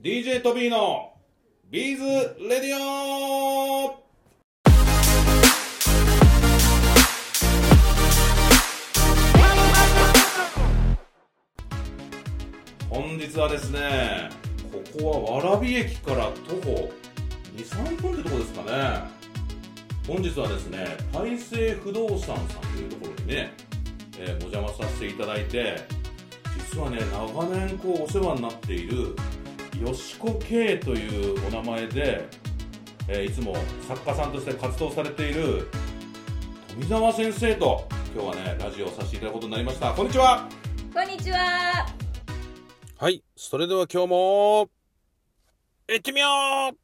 DJ トビーのビーズレディオ。本日はですね、ここは蕨駅から徒歩 2,3 分ってとこですかね。本日はですね、大成不動産さんというところにね、お邪魔させていただいて、実はね、長年お世話になっているよしこ K というお名前で、いつも作家さんとして活動されている富澤先生と今日はね、ラジオをさせていただくことになりました。こんにちは。 こんにちは。 はい、それでは今日も行ってみよう。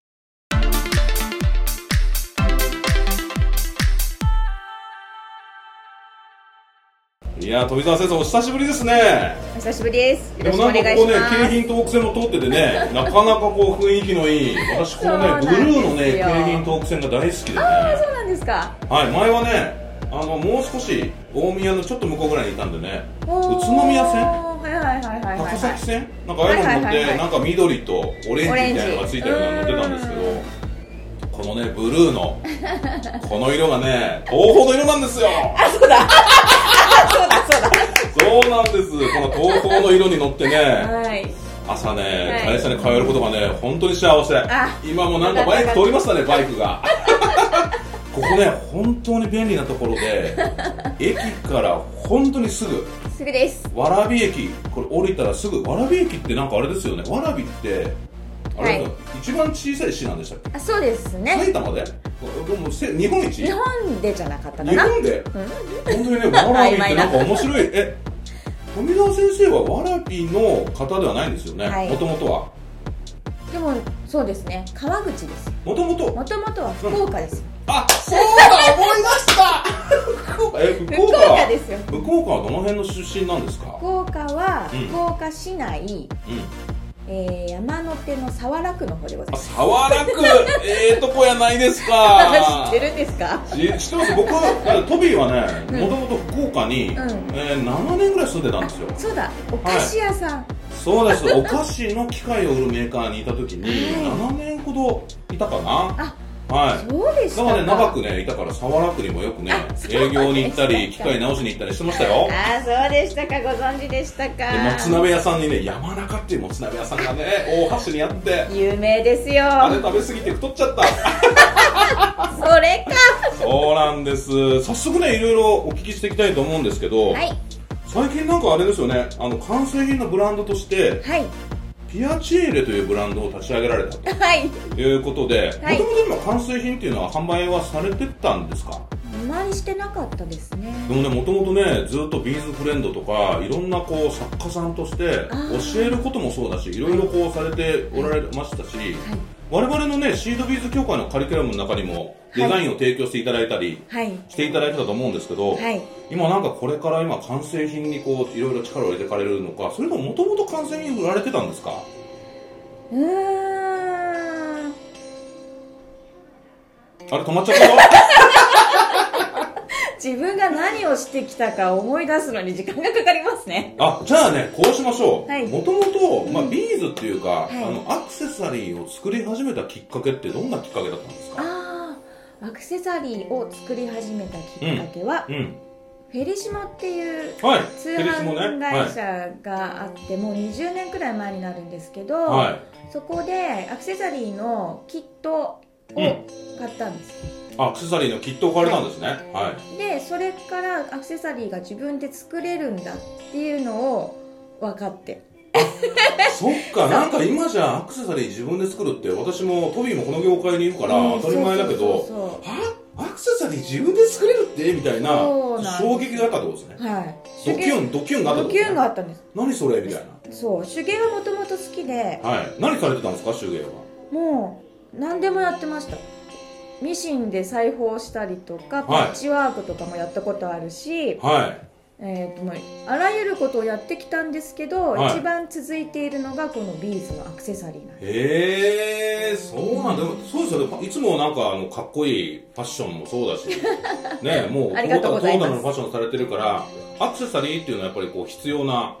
いや、富澤先生お久しぶりですね。 お久しぶりです。よでろしくおもなんかここね、 願いします。 京浜東北線も通っててね、なかなか雰囲気のいい、私このね、ブルーのね、京浜東北線が大好きでね。 ああ、そうなんですか。 はい、前はね、もう少し大宮のちょっと向こうぐらいにいたんでね、宇都宮線、 はいはいはいはいはい、 高崎線、なんかああいうのに乗って、なんか緑とオレンジみたいなのがついたようなの乗ってたんですけど、このね、ブルーのこの色がね、東宝の色なんですよ。 あ、そうだそうだそうだそうなんです。この東宝の色に乗ってね、 はい、 朝ね、会社に通えることがね、本当に幸せ。今もなんかバイク通りましたね、バイクが。ここね、本当に便利なところで、駅から本当にすぐです。 蕨駅、これ降りたらすぐ、蕨駅ってなんかあれですよね、蕨ってあれ、はい、一番小さい市なんでしたっけ？ あ、そうですね。 埼玉で？日本一？ 日本でじゃなかったかな。 日本で？本当にね、蕨ってなんか面白い。富澤先生は蕨の方ではないんですよね、もともとは。でもそうですね、川口です。 もともとは福岡です。 あ、そうだ、思い出した福岡ですよ。 福岡はどの辺の出身なんですか？ 福岡は、福岡市内、山手の早良区の方でございます。 早良区とこやないですか。 知ってるんですか？ 知ってます。僕トビーはね、もともと福岡に、7年ぐらい住んでたんですよ。 そうだ、お菓子屋さん。 そうです。お菓子の機械を売るメーカーにいた時に、7年ほどいたかな。はい。 そうでしたか。 だからね、長くね、いたから早良区にもよくね、営業に行ったり、機械直しに行ったりしてましたよ。 ああ、そうでしたか。ご存知でしたか。 で、もつ鍋屋さんにね、山中っていうもつ鍋屋さんがね、大橋にあって。 有名ですよ。 あれ食べ過ぎて太っちゃった。 それか。 そうなんです。早速ね、いろいろお聞きしていきたいと思うんですけど、最近なんかあれですよね、完成品のブランドとして、ピアチエーレというブランドを立ち上げられたということで、もともと今完成品っていうのは販売はされてたんですか？ あまりしてなかったですね。 でもね、もともとね、ずっとビーズフレンドとかいろんな作家さんとして教えることもそうだし、いろいろされておられましたし、我々のね、シードビーズ協会のカリキュラムの中にもデザインを提供していただいたりしていただいてたと思うんですけど、今なんかこれから今完成品にいろいろ力を入れていかれるのか、それともともと完成品売られてたんですか？あれ止まっちゃったよ。 自分が何をしてきたか思い出すのに時間がかかりますね。 じゃあね、こうしましょう。もともとビーズっていうか、アクセサリーを作り始めたきっかけってどんなきっかけだったんですか？ アクセサリーを作り始めたきっかけは、フェリシモっていう通販会社があって、もう20年くらい前になるんですけど、そこでアクセサリーのキットを買ったんです。 アクセサリーのキットを買われたんですね。 で、それからアクセサリーが自分で作れるんだっていうのを分かって。 そっか、なんか今じゃアクセサリー自分で作るって、私もトビーもこの業界にいるから当たり前だけど、アクセサリー自分で作れるってみたいな衝撃があったってことですね。ドキュンがあったってことですね。ドキュンがあったんです。何それみたいな。 そう、手芸はもともと好きで。 何されてたんですか、手芸は？もう何でもやってました。ミシンで裁縫したりとか、パッチワークとかもやったことあるし、あらゆることをやってきたんですけど、一番続いているのがこのビーズのアクセサリーなんです。 そうなんだ。そうですよね。いつもなんかかっこいいファッションもそうだしね、もうありがとうございます。 トータルのファッションされてるから、アクセサリーっていうのはやっぱり必要な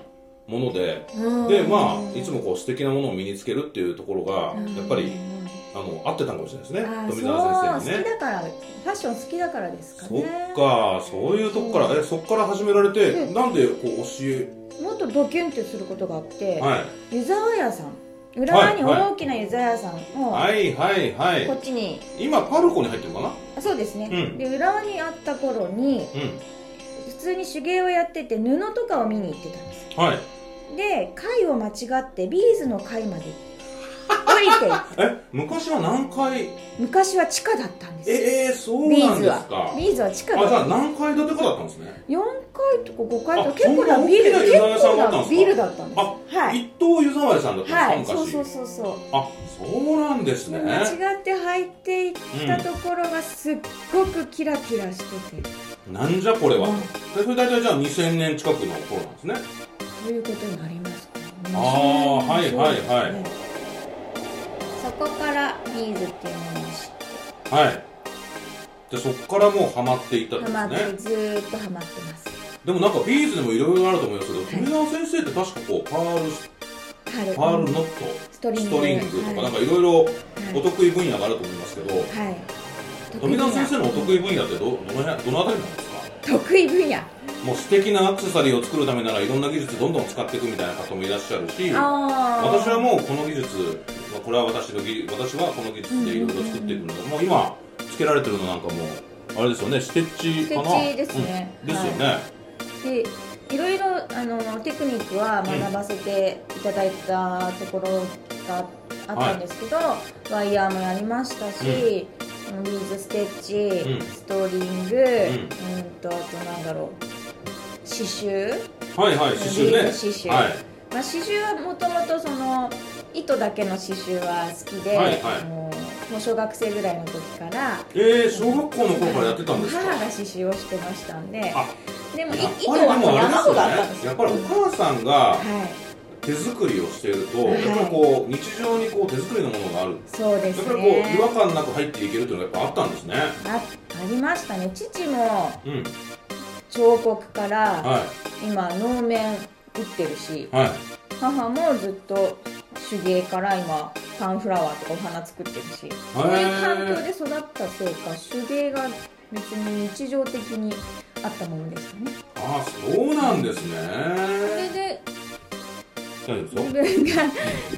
もので、でまあいつもこう素敵なものを身につけるっていうところがやっぱり合ってたのかもしれないですね、富澤先生にね。 好きだから、ファッション好きだからですかね。 そっか、そういうとこからそっから始められて、なんでこう教えもっとドキュンってすることがあって、 はい、 湯沢屋さん、浦和に大きな湯沢屋さんを、 はいはいはい、 こっちに今パルコに入ってるかな。 そうですね、 うん、 で浦和にあった頃に、普通に手芸をやってて布とかを見に行ってたんです。 はい。 で貝を間違ってビーズの貝まで降りて昔は何階？ 昔は地下だったんです。 そうなんですか。 ビーズは地下だった。 じゃあ何階建てかだったんですね。 4階とか5階とか結構なビル、結構なビルだったんです。 はい。一棟湯沢屋さんだったんですか。 はい、そう。 そうなんですね。 間違って入っていったところがすっごくキラキラしてて、 なんじゃこれは。それ大体じゃあ2000年近くの頃なんですね。 そういうことになりますかね。 はいはいはい。 そこからビーズっていうものを知って、 はい。でそこからもうハマっていったんですね。 ハマってずーっとハマってます。 でもなんかビーズでもいろいろあると思いますけど、富澤先生って確かこうパールノット、ストリングとかなんかいろいろお得意分野があると思いますけど、富澤先生のお得意分野ってどのあたりなんですか？ 得意分野、 もう素敵なアクセサリーを作るためならいろんな技術どんどん使っていくみたいな方もいらっしゃるし、私はもうこの技術、これは私はこの技術でいろいろ作っていくので、もう今つけられてるのなんかもあれですよね、ステッチかな。 ステッチですね、 ですよね。 でいろいろテクニックは学ばせていただいたところがあったんですけど、ワイヤーもやりましたし、ビーズステッチ、ストリング、あとなんだろう、刺繍、刺繍ね。 刺繍はもともとその糸だけの刺繍は好きで、もう小学生ぐらいの時から、 小学校の頃からやってたんですか？ 母が刺繍をしてましたんで、でも糸は山ほどあったんですよ。 やっぱりお母さんが手作りをしていると、やっぱりこう日常にこう手作りのものがある。 そうですね。 やっぱりこう違和感なく入っていけるというのがやっぱあったんですね。 ありましたね。父も彫刻から今能面打ってるし、母もずっと手芸から今パンフラワーとかお花作ってるし、そういう環境で育ったせいか手芸が別に日常的にあったものでしたね。 そうなんですね。 それで自分が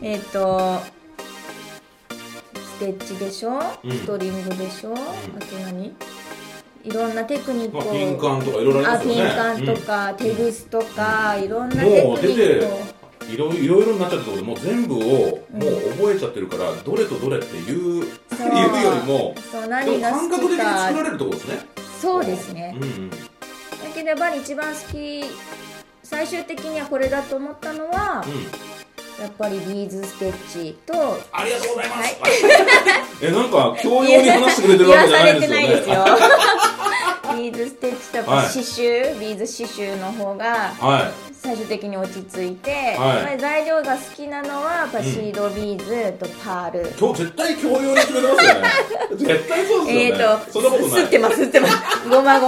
ステッチでしょ、ストリングでしょ、あと何、いろんなテクニックを、 ピンカンとかいろいろありますよね。 ピンカンとか、テグスとか、いろんなテクニックをいろいろになっちゃったところでもう全部をもう覚えちゃってるから、どれとどれっていうよりも何が感覚的に作られるってことですね。 そうですね。だけどやっぱり一番好き、最終的にはこれだと思ったのは、やっぱりビーズステッチと。 ありがとうございます。なんか教養に話してくれてるわけじゃないですよね。言わされてないですよ。 ビーズステッチとか刺繍、ビーズ刺繍の方が最終的に落ち着いて、材料が好きなのはやっぱシードビーズとパール。 今日絶対教養にしてくれますよね。絶対そうですよね。そんなことない。 吸ってます。ごま。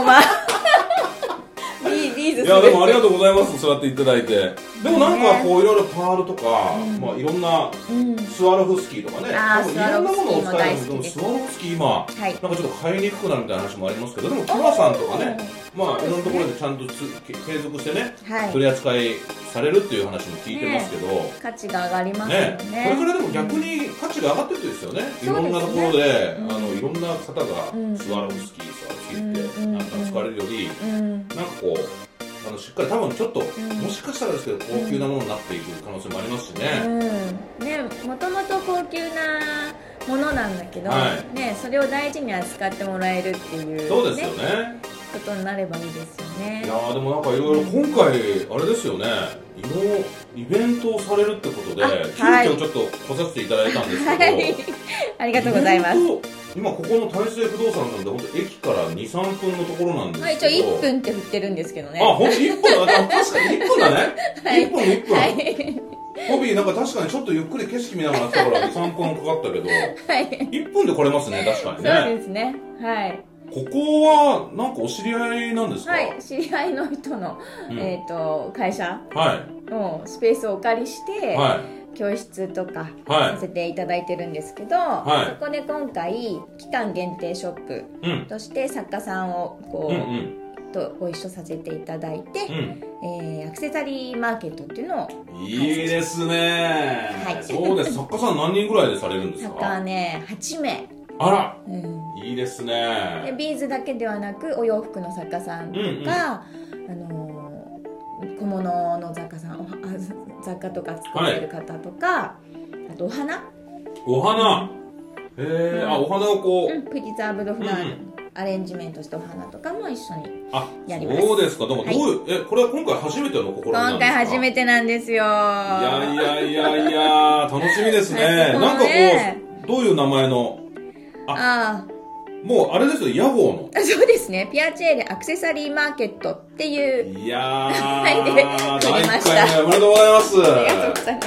ビーズ。 いやでもありがとうございます。そうやっていただいて。でもなんかこういろいろパールとか、いろんなスワロフスキーとかね、いろんなものを使えるんですけど、スワロフスキー今なんかちょっと買いにくくなるみたいな話もありますけど、でもキマさんとかね、いろんなところでちゃんと継続してね、取り扱いされるっていう話も聞いてますけど、 価値が上がりますよね。 これからでも逆に価値が上がってるんですよね。いろんなところでいろんな方がスワロフスキーってなんか使われるより、なんかこうしっかり多分ちょっと、もしかしたらですけど高級なものになっていく可能性もありますしね。 もともと高級なものなんだけど、それを大事に扱ってもらえるっていう、 そうですよね。 ことになればいいですよね。 いやでもなんかいろいろ今回あれですよね。イベントをされるってことで、急遽ちょっと来させていただいたんですけど、 ありがとうございます。 今ここの大成不動産なんで本当駅から2、3分のところなんですけど、 一応1分って振ってるんですけどね。 ほんと1分だ。確かに1分だね。1分。トビーなんか確かにちょっとゆっくり景色見ながら来たから2、3分かかったけど、1分で来れますね、確かにね。 そうですね。 ここはなんかお知り合いなんですか？ はい、知り合いの人の、会社のスペースをお借りして、教室とかさせていただいてるんですけど、そこで今回期間限定ショップとして作家さんをこう、とご一緒させていただいて、アクセサリーマーケットっていうのをいいですね。そうです。作家さん何人ぐらいでされるんですか？ 作家はね、8名。 あら、いいですね。 でビーズだけではなくお洋服の作家さんが、小物の雑貨さん、雑貨とか作ってる方とか、あとお花、 お花をこう、 プリザーブドフラワーアレンジメントしたお花とかも一緒にやります。 そうですか。でもこれは今回初めての試みなんですか？ 今回初めてなんですよ。いや楽しみですね。なんかこうどういう名前のもうあれですよ、屋号の。 そうですね、ピアチェーレアクセサリーマーケットっていう。 いやー、 はい、で撮りました。 おめでとうございます。 ありがとうございます。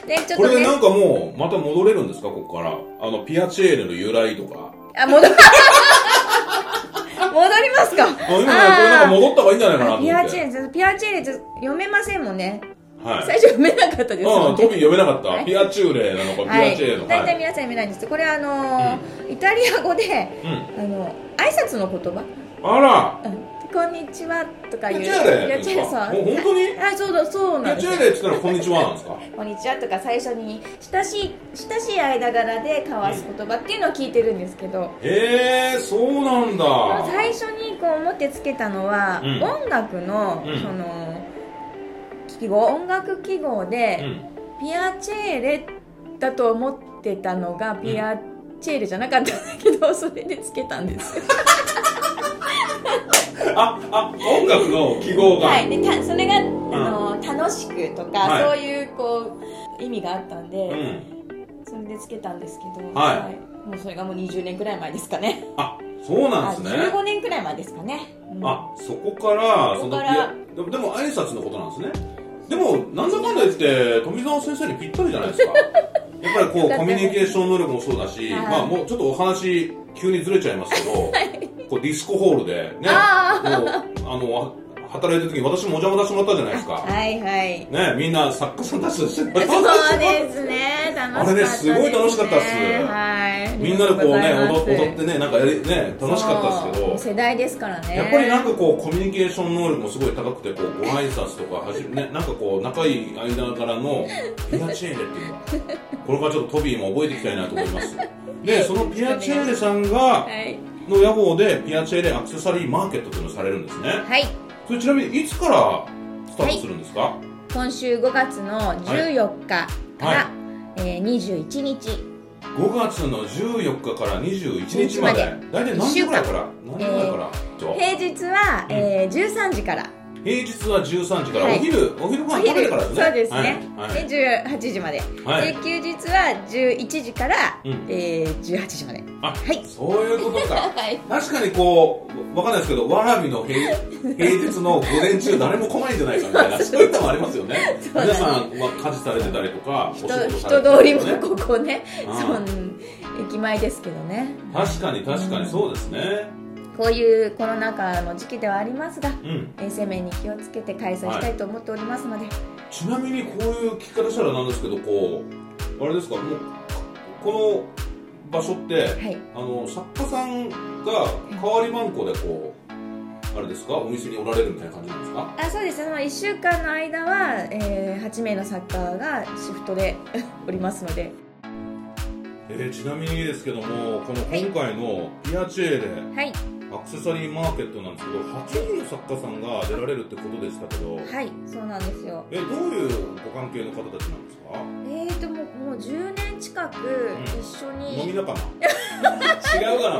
ね、ちょっとね、 これでなんかもうまた戻れるんですか、ここから。ピアチェーレの由来とか。 戻りますか。 今ね、これなんか戻った方がいいんじゃないかなと思って。 ピアチェーレって読めませんもんね。 最初読めなかったですもんね。 トビ読めなかった。ピアチューレなのか、ピアチェーレの。 大体皆さん読めないんです。これイタリア語で挨拶の言葉。 あら。 こんにちはとかいう。 ピアチェーレですか？本当に？ そうなんです。 ピアチェーレって言ったらこんにちはなんですか？ こんにちはとか最初に親しい間柄で交わす言葉っていうのを聞いてるんですけど。 そうなんだ。 最初にこう思ってつけたのは音楽のその。音楽記号で、ピアチェーレだと思ってたのがピアチェーレじゃなかったんだけど、それでつけたんです音楽の記号が、 でそれが、楽しくとか、そういうこう意味があったんで、それでつけたんですけど、もうそれがもう20年くらい前ですかね。 そうなんですね。 15年くらい前ですかね。 そこからでも挨拶のことなんですね。でもなんだかんだ言って富澤先生にぴったりじゃないですか。やっぱりこうコミュニケーション能力もそうだし、もうちょっとお話急にずれちゃいますけど、こうディスコホールでね、働いてる時に私もお邪魔させてもらったじゃないですか。ね、みんな作家さんたちとして。 そうですね、楽しかったですね。 あれね、すごい楽しかったっす。みんなでこうね、踊ってね、なんか楽しかったですけど。 世代ですからね。 やっぱりなんかこうコミュニケーション能力もすごい高くて、こうご挨拶とかなんかこう仲いい間柄のピアチェーレっていうのは、これからちょっとトビーも覚えていきたいなと思います。で、そのピアチェーレさんがの屋号でピアチェーレアクセサリーマーケットっていうのをされるんですね。それちなみにいつからスタートするんですか？ 今週5月の14日から21日。 5月の14日から21日まで。大体何時ぐらいから？ 平日は13時から。 平日は13時から、お昼ご飯食べてからですね。 そうですね。で18時まで。で休日は11時から18時まで。 そういうことか。確かにこうわかんないですけど、わらびの平日の午前中誰も来ないんじゃないかみたいな、そういったのもありますよね。皆さんは家事されてたりとか、 人通りもここね、駅前ですけどね。 確かにそうですね。 こういうコロナ禍の時期ではありますが、衛生面に気をつけて開催したいと思っておりますので。 ちなみにこういう聞き方したらなんですけど、こうあれですか、もうこの場所って、作家さんが代わり番号でこうあれですか、お店におられるみたいな感じなんですか？ そうです。1週間の間は、8名の作家がシフトでおりますので。 ちなみにですけども、この今回のピアチェーレ、アクセサリーマーケットなんですけど、8人の作家さんが出られるってことでしたけど、 そうなんですよ。 どういうご関係の方たちなんですか？ もう10年近く一緒に、 飲み仲間違うかなって、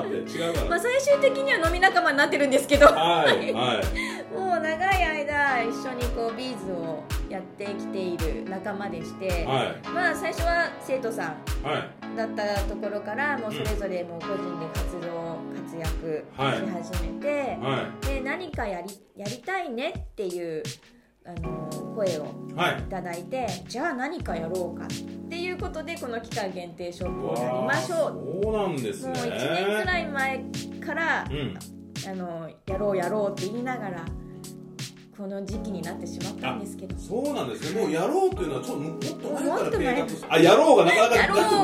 最終的には飲み仲間になってるんですけど、もう長い間一緒にこうビーズをやってきている仲間でして、最初は生徒さんだったところから、もうそれぞれもう個人で活躍し始めて、で何かやりたいねっていう声をいただいて、じゃあ何かやろうかっていうことで、この期間限定ショップをやりましょう。 そうなんですね。 もう1年くらい前から、 やろうやろうって言いながらこの時期になってしまったんですけど。 そうなんですね。もうやろうというのはちょっともっと前から計画やろうがなかなかやろうが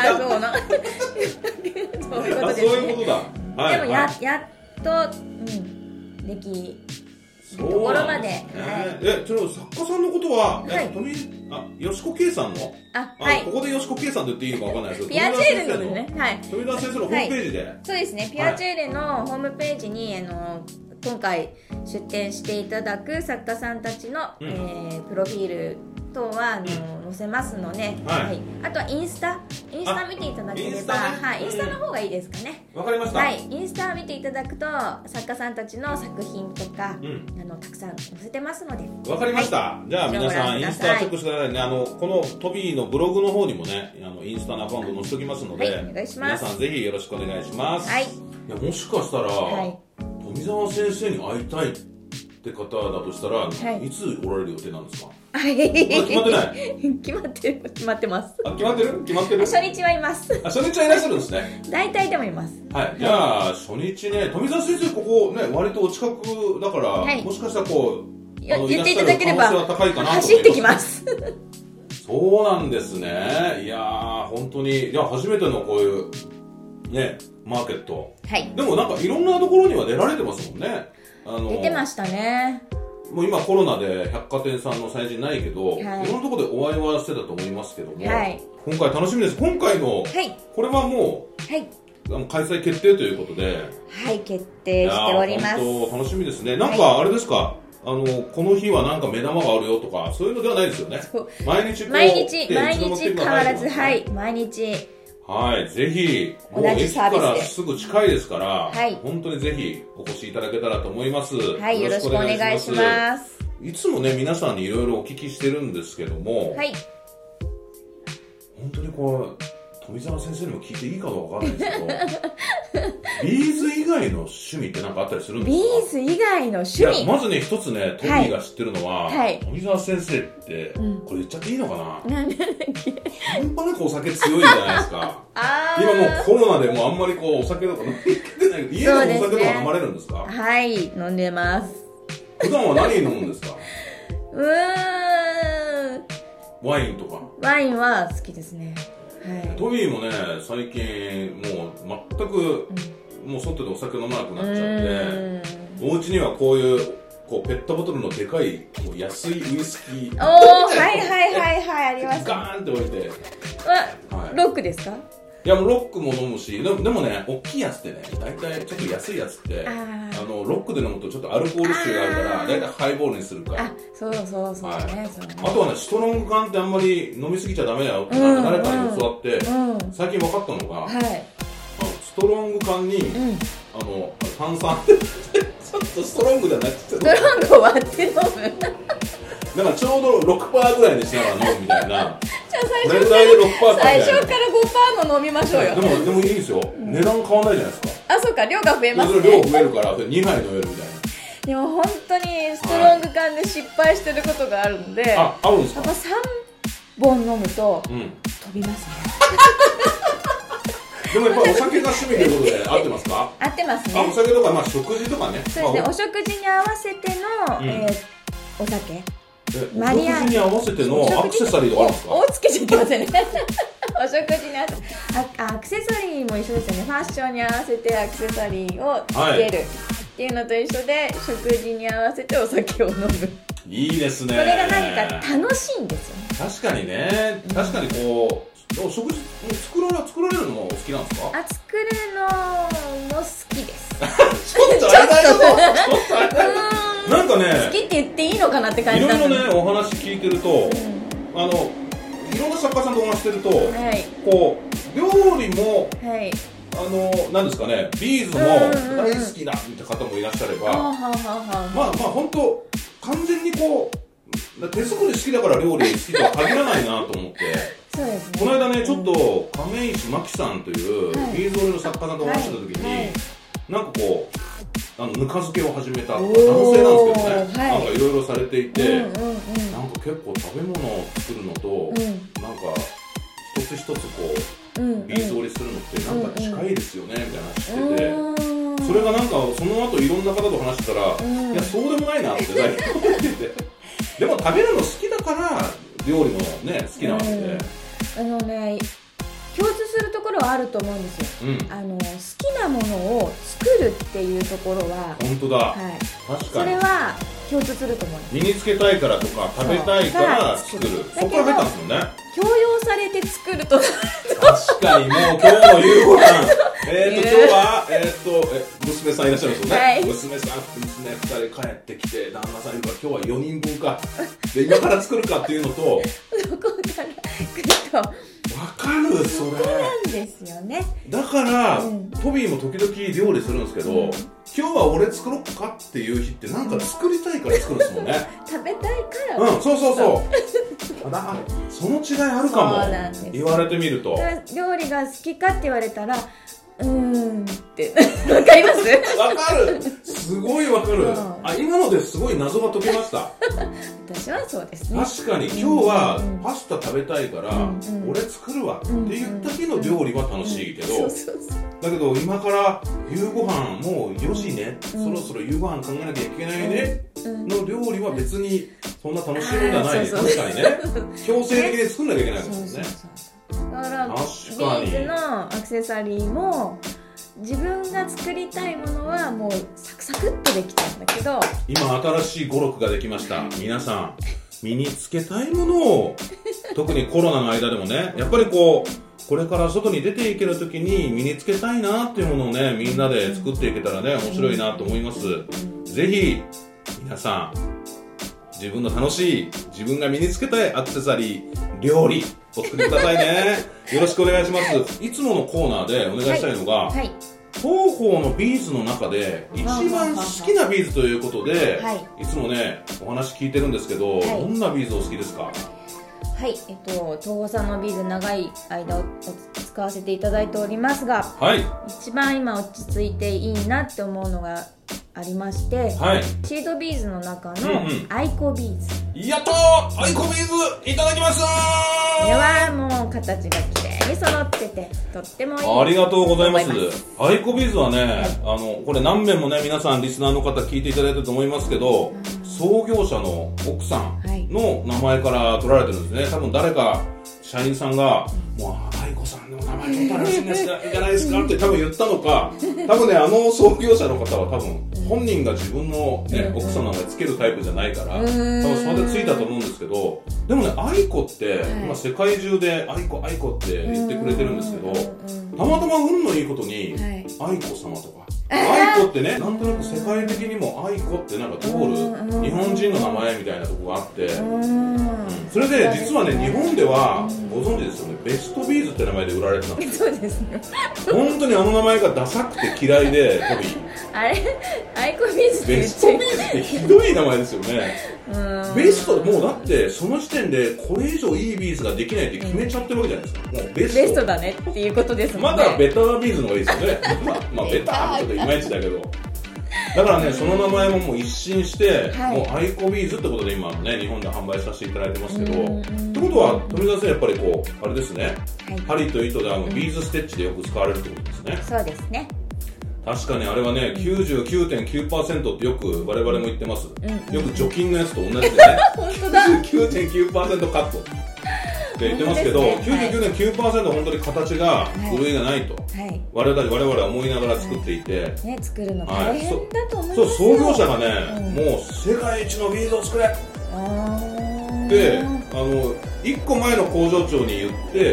そういうことですね。 そういうことだ。はい、 でもやっと、できるところまで。 ちょっと作家さんのことは、吉子圭さんのここで吉子圭さんと言っていいのかわかんないですけど、 ピアチェールのね、 富澤先生のホームページで、 そうですね、ピアチェールのホームページに今回出展していただく作家さんたちの、プロフィール等は載せますので、あとはインスタ見ていただければ、インスタの方がいいですかね。 わかりました。 インスタ見ていただくと作家さんたちの作品とか、たくさん載せてますので。 わかりました。じゃあ皆さんインスタチェックしてくださいね。このトビーのブログの方にもね、インスタのアカウント載せておきますので、 お願いします。 皆さんぜひよろしくお願いします。 いや、もしかしたら、富澤先生に会いたいって方だとしたら、いつおられる予定なんですか？決まってない？ 決まってます。 決まってる？ 初日はいます。 初日はいらっしゃるんですね。 大体でもいます。 じゃあ初日ね、富澤先生ここね割とお近くだから、もしかしたら言っていただければ走ってきます。 そうなんですね。いやー本当に初めてのこういうねマーケット。でもなんかいろんなところには出られてますもんね。 出てましたね。 もう今コロナで百貨店さんの催事ないけど、いろんなところでお会いはしてたと思いますけども、今回楽しみです。今回の、これはもう、開催決定ということで、 決定しております。 本当楽しみですね。なんかあれですか、この日はなんか目玉があるよとかそういうのではないですよね。毎日変わらず、毎日。 ぜひ、もう駅からすぐ近いですから、本当にぜひお越しいただけたらと思います。よろしくお願いします。 いつもね、皆さんにいろいろお聞きしてるんですけども、本当に富澤先生にも聞いていいかどうかわかんないですけど、ビーズ以外の趣味って何かあったりするんですか？ ビーズ以外の趣味？ まずね、一つね、トミーが知ってるのは、富澤先生って、これ言っちゃっていいのかな？半端なくお酒強いじゃないですか。今もうコロナでもうあんまりお酒とか飲んでないけど、家でもお酒とか飲まれるんですか？ 飲んでます。 普段は何飲むんですか？ワインとか。 ワインは好きですね。 トミーもね、最近もう全く、もう外でお酒飲まなくなっちゃって、お家にはこういうペットボトルのでかい安いウイスキーあります。 ガーンって置いて、 ロックですか？ いやもうロックも飲むし、でもね、大きいやつってね、大体ちょっと安いやつってロックで飲むとちょっとアルコール臭があるから大体ハイボールにするから。 そうね。 あとはね、ストロング缶ってあんまり飲みすぎちゃダメだよって誰かに教わって、最近分かったのが、ストロング缶に炭酸ちょっとストロングじゃなくてストロングを割って飲むだからちょうど 6% ぐらいにしながら飲むみたいな。これぐらいで 6% 最初から 5% も飲みましょうよ。 でもいいですよ、値段変わらないじゃないですか。 そうか、量が増えますね。 量増えるから2杯飲めるみたいな。 でも本当にストロング缶で失敗してることがあるので、 あるんですか？ やっぱ3本飲むと飛びますね。 でもやっぱお酒が趣味ということで合ってますか？合ってますね。 お酒とか食事とかね。 そうですね。お食事に合わせてのお酒。 お食事に合わせてのアクセサリーとかあるんですか？ おつけちゃってませんね。お食事に合わせてアクセサリーも一緒ですよね。ファッションに合わせてアクセサリーをつけるっていうのと一緒で、食事に合わせてお酒を飲む。 いいですね。 それが何か楽しいんですよね。 確かにね。確かに食事作られるのもお好きなんですか？ 作るのも好きです。 ちょっとあれだよ。なんかね、 好きって言っていいのかなって感じなんです。 いろいろねお話聞いてると、いろんな作家さんとお話してると、料理もなんですかね、ビーズも大好きなみたいな方もいらっしゃれば、まあ本当完全に手作り好きだから料理好きとは限らないなと思って。 そうですね。 この間ね、ちょっと亀石真紀さんというビーズ織りの作家さんとお話した時に、なんかぬか漬けを始めた男性なんですけどね、なんかいろいろされていて、なんか結構食べ物を作るのと、なんか一つ一つビーズ織りするのってなんか近いですよねみたいな話してて、 それがなんかその後いろんな方と話してたら、いやそうでもないなって言っててでも食べるの好きだから料理もね好きなわけで、 共通するところはあると思うんですよ、好きなものを作るっていうところは本当だ、 はい、 確かにそれは共通すると思います。 身につけたいからとか食べたいから作る、そこから出たんですもんね。 強要されて作ると確かにもう今日の夕ご飯今日は娘さんいらっしゃるんですよね、はい、娘2人帰ってきて旦那さんいるから今日は4人分かで今から作るかっていうのとそこから来るとわかる、それなんですよね。 だから、トビーも時々料理するんですけど、今日は俺作ろっかっていう日ってなんか作りたいから作るんですもんね食べたいからそうその違いあるかも。言われてみると料理が好きかって言われたらってわかります？ わかる、すごいわかる、今のですごい謎が解けました私はそうですね。 確かに今日はパスタ食べたいから俺作るわって言った日の料理は楽しいけど、だけど今から夕ご飯もう4時ね、そろそろ夕ご飯考えなきゃいけないねの料理は別にそんな楽しいものじゃない。確かにね強制的に作んなきゃいけないですもんね。 だからビーズのアクセサリーも自分が作りたいものはもうサクサクっとできたんだけど、 今新しい語録ができました。皆さん身につけたいものを特にコロナの間でもね、やっぱりこれから外に出ていけるときに身につけたいなっていうものをね、みんなで作っていけたらね面白いなと思います。ぜひ皆さん自分の楽しい自分が身につけたいアクセサリー料理お作りくださいねよろしくお願いします。いつものコーナーでお願いしたいのが、東方のビーズの中で一番好きなビーズということで、いつもねお話聞いてるんですけど、どんなビーズお好きですか？ はい、東宝さんのビーズ長い間使わせていただいておりますが、一番今落ち着いていいなって思うのがありまして、シードビーズの中のアイコビーズ、 やっとアイコビーズいただきました。 これはもう形が綺麗に揃っててとってもいい。 ありがとうございます。アイコビーズはね、これ何遍もね皆さんリスナーの方聞いていただいてると思いますけど、創業者の奥さんの名前から取られてるんですね。多分誰か社員さんがもう愛子さんの名前取ったらしいんですじゃないですかって多分言ったのか、多分ね創業者の方は多分本人が自分の、奥さんの名前つけるタイプじゃないから多分それでついたと思うんですけど、でもね愛子って、今世界中で愛子愛子って言ってくれてるんですけど、たまたま運のいいことに、愛子様とか愛子ってね、なんとなく世界的にも愛子ってなんか通る日本人の名前みたいなとこがあって、それで実はね日本ではご存知ですよね、ベストビーズって名前で売られてたんですよ。 そうですね。 本当にあの名前がダサくて嫌いで、トビーあれアイコビーズってベストビーズってひどい名前ですよね。ベスト、もうだってその時点でこれ以上いいビーズができないって決めちゃってるわけじゃないですか。もうベストだねっていうことですもんね。 まだベタービーズの方がいいですよねまあベターちょっといまいちだけど、だからねその名前ももう一新して、もうアイコビーズってことで今ね日本で販売させていただいてますけど、ってことは富澤さんやっぱりあれですね、針と糸でビーズステッチでよく使われるってことですね。 そうですね。 確かにあれはね 99.9% ってよく我々も言ってます、よく除菌のやつと同じでね本当だ 99.9% カットって言ってますけど、99.9% 本当に形が狂いがないと、我々は思いながら作っていて、 作るの大変だと思いますよ。 創業者がね、もう世界一のビーズを作れで1個前の工場長に言って、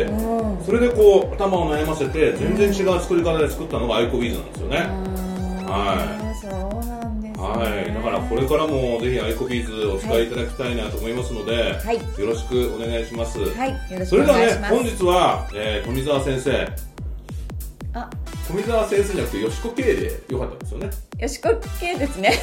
それで頭を悩ませて全然違う作り方で作ったのがアイコビーズなんですよね。 そうなんですね。 だからこれからもぜひアイコビーズをお使いいただきたいなと思いますので、よろしくお願いします。 よろしくお願いします。 それではね本日は、富澤先生、富澤先生じゃなくてよしこ K でよかったですよね。 よしこ K ですね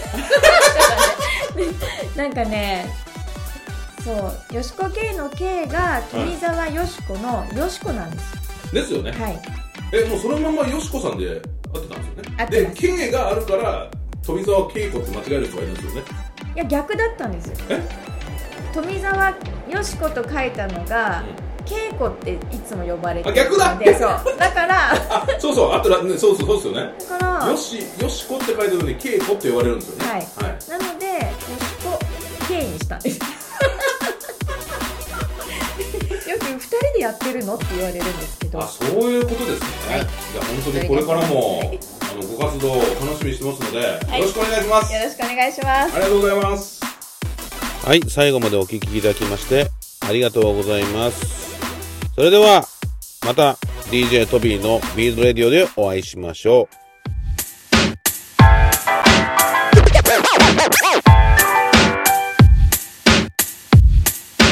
なんかね、そうよしこ K の K が富澤よしこのよしこなんですよ。 ですよね。もうそのままよしこさんで合ってたんですよね。で K があるから富澤恵子って間違える人がいるんですよね。 いや逆だったんですよ。富澤よしこと書いたのが、恵子っていつも呼ばれてるので、 逆だそうだからそうそう、あとそうですよね。 だからよしこって書いてるのにけいこって言われるんですよね。 はい、なのでよしこけいにしたんですよく2人でやってるのって言われるんですけど。 そういうことですね。じゃあ本当にこれからもご活動を楽しみにしてますので、よろしくお願いします。 よろしくお願いします。 ありがとうございます。はい、最後までお聞きいただきましてありがとうございます。それではまた DJ トビーのビーズレディオでお会いしましょう。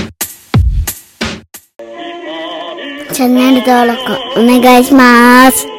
チャンネル登録お願いします。